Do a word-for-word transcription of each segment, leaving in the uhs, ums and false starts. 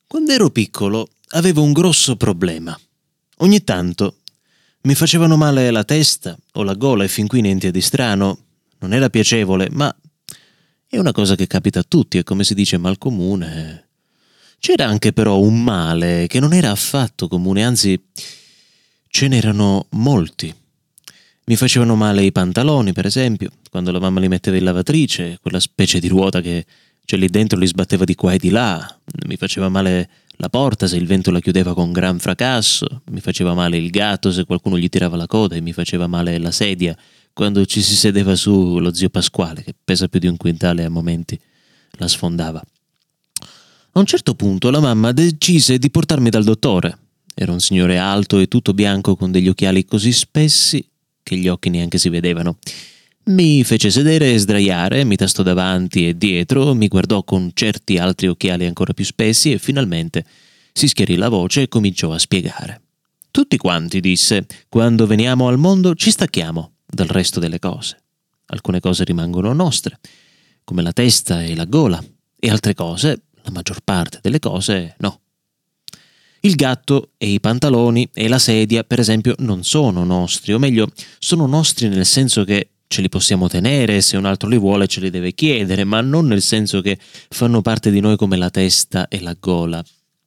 Quando ero piccolo avevo un grosso problema. Ogni tanto mi facevano male la testa o la gola e fin qui niente di strano. Non era piacevole, ma è una cosa che capita a tutti e come si dice mal comune. C'era anche però un male che non era affatto comune, anzi ce n'erano molti. Mi facevano male i pantaloni, per esempio, quando la mamma li metteva in lavatrice, quella specie di ruota che c'è lì dentro li sbatteva di qua e di là. Mi faceva male la porta se il vento la chiudeva con gran fracasso, mi faceva male il gatto se qualcuno gli tirava la coda e mi faceva male la sedia quando ci si sedeva su lo zio Pasquale, che pesa più di un quintale e a momenti la sfondava. A un certo punto la mamma decise di portarmi dal dottore. Era un signore alto e tutto bianco con degli occhiali così spessi che gli occhi neanche si vedevano. Mi fece sedere e sdraiare, mi tastò davanti e dietro, mi guardò con certi altri occhiali ancora più spessi e finalmente si schiarì la voce e cominciò a spiegare. Tutti quanti, disse, quando veniamo al mondo ci stacchiamo dal resto delle cose. Alcune cose rimangono nostre, come la testa e la gola, e altre cose, la maggior parte delle cose, no. Il gatto e i pantaloni e la sedia, per esempio, non sono nostri, o meglio, sono nostri nel senso che ce li possiamo tenere, se un altro li vuole ce li deve chiedere, ma non nel senso che fanno parte di noi come la testa e la gola.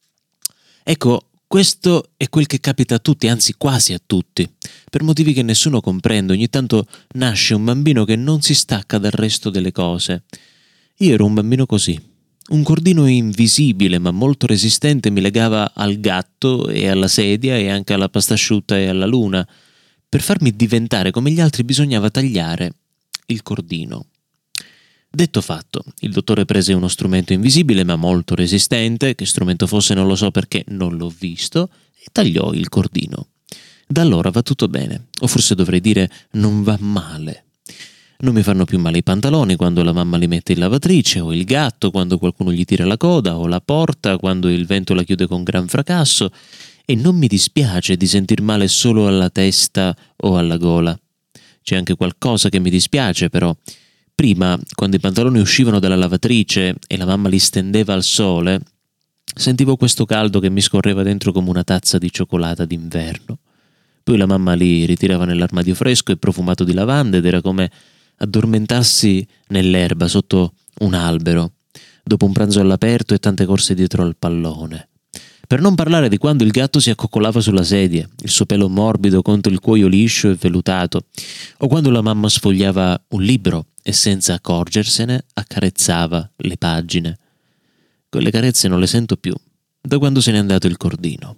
Ecco, questo è quel che capita a tutti, anzi quasi a tutti, per motivi che nessuno comprende. Ogni tanto nasce un bambino che non si stacca dal resto delle cose. Io ero un bambino così. Un cordino invisibile ma molto resistente mi legava al gatto e alla sedia e anche alla pasta asciutta e alla luna. Per farmi diventare come gli altri bisognava tagliare il cordino. Detto fatto, il dottore prese uno strumento invisibile ma molto resistente, che strumento fosse non lo so perché non l'ho visto, e tagliò il cordino. Da allora va tutto bene, o forse dovrei dire non va male. Non mi fanno più male i pantaloni quando la mamma li mette in lavatrice, o il gatto quando qualcuno gli tira la coda, o la porta quando il vento la chiude con gran fracasso, e non mi dispiace di sentir male solo alla testa o alla gola. C'è anche qualcosa che mi dispiace, però. Prima, quando i pantaloni uscivano dalla lavatrice e la mamma li stendeva al sole, sentivo questo caldo che mi scorreva dentro come una tazza di cioccolata d'inverno. Poi la mamma li ritirava nell'armadio fresco e profumato di lavanda ed era come addormentarsi nell'erba sotto un albero, dopo un pranzo all'aperto e tante corse dietro al pallone. Per non parlare di quando il gatto si accoccolava sulla sedia, il suo pelo morbido contro il cuoio liscio e vellutato, o quando la mamma sfogliava un libro e senza accorgersene accarezzava le pagine. Quelle carezze non le sento più, da quando se n'è andato il cordino.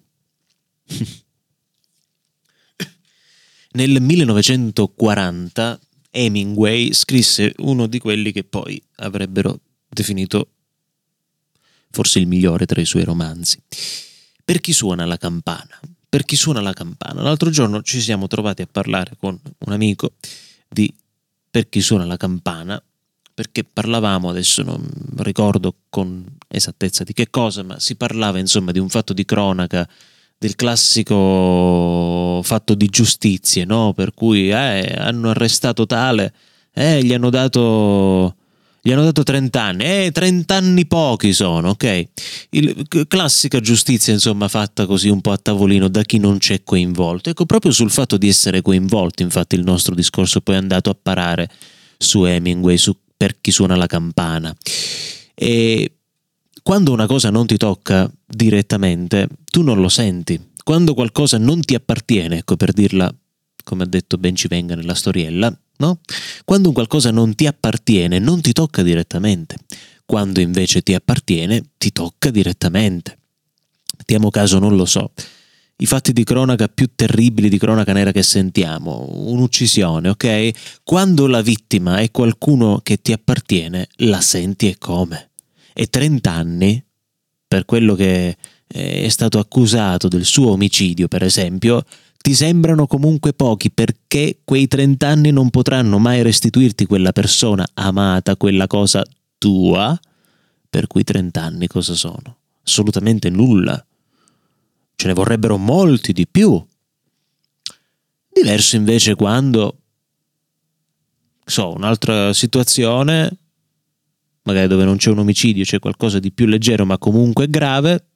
Nel millenovecentoquaranta Hemingway scrisse uno di quelli che poi avrebbero definito forse il migliore tra i suoi romanzi. Per chi suona la campana? Per chi suona la campana? L'altro giorno ci siamo trovati a parlare con un amico di Per chi suona la campana, perché parlavamo, adesso non ricordo con esattezza di che cosa, ma si parlava insomma di un fatto di cronaca, del classico fatto di giustizie, no? Per cui eh, hanno arrestato tale, eh, gli hanno dato... Gli hanno dato trenta anni, eh, trenta anni pochi sono, ok? Il, classica giustizia, insomma, fatta così un po' a tavolino da chi non c'è coinvolto. Ecco, proprio sul fatto di essere coinvolti, infatti, il nostro discorso poi è andato a parare su Hemingway, su Per chi suona la campana. E quando una cosa non ti tocca direttamente, tu non lo senti. Quando qualcosa non ti appartiene, ecco, per dirla, come ha detto ben ci venga nella storiella, no? Quando un qualcosa non ti appartiene, non ti tocca direttamente. Quando invece ti appartiene, ti tocca direttamente. Mettiamo caso, non lo so, i fatti di cronaca più terribili di cronaca nera che sentiamo, un'uccisione, ok? Quando la vittima è qualcuno che ti appartiene, la senti e come. E trent'anni, per quello che è stato accusato del suo omicidio, per esempio, ti sembrano comunque pochi perché quei trent'anni non potranno mai restituirti quella persona amata, quella cosa tua, per cui trent'anni cosa sono? Assolutamente nulla. Ce ne vorrebbero molti di più. Diverso invece quando, so, un'altra situazione, magari dove non c'è un omicidio, c'è qualcosa di più leggero ma comunque grave,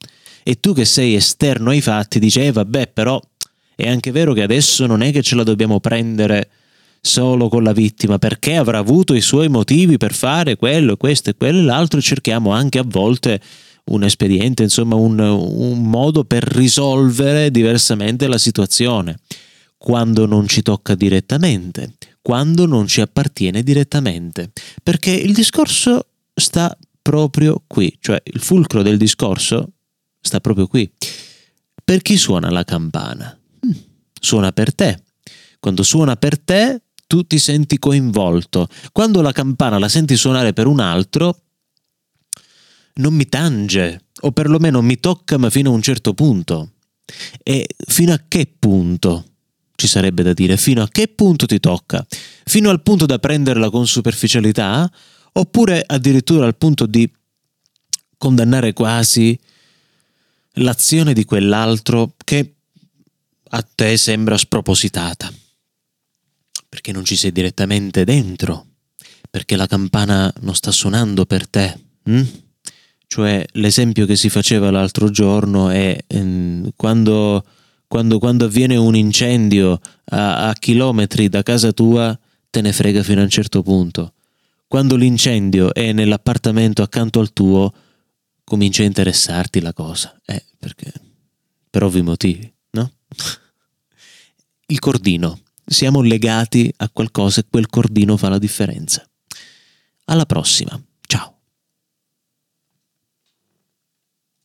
E tu che sei esterno ai fatti dici, eh vabbè, però è anche vero che adesso non è che ce la dobbiamo prendere solo con la vittima, perché avrà avuto i suoi motivi per fare quello, questo e quello e l'altro, e cerchiamo anche a volte un espediente, insomma un, un modo per risolvere diversamente la situazione, quando non ci tocca direttamente, quando non ci appartiene direttamente, perché il discorso sta proprio qui, cioè il fulcro del discorso sta proprio qui. Per chi suona la campana? Suona per te. Quando suona per te, tu ti senti coinvolto. Quando la campana la senti suonare per un altro, non mi tange, o perlomeno mi tocca ma fino a un certo punto. E fino a che punto? Ci sarebbe da dire, fino a che punto ti tocca? Fino al punto da prenderla con superficialità? Oppure addirittura al punto di condannare quasi l'azione di quell'altro che a te sembra spropositata? Perché non ci sei direttamente dentro, perché la campana non sta suonando per te. Hm? Cioè l'esempio che si faceva l'altro giorno è ehm, quando, quando, quando avviene un incendio a, a chilometri da casa tua, te ne frega fino a un certo punto. Quando l'incendio è nell'appartamento accanto al tuo, comincia a interessarti la cosa, eh, perché per ovvi motivi, no? Il cordino. Siamo legati a qualcosa e quel cordino fa la differenza. Alla prossima.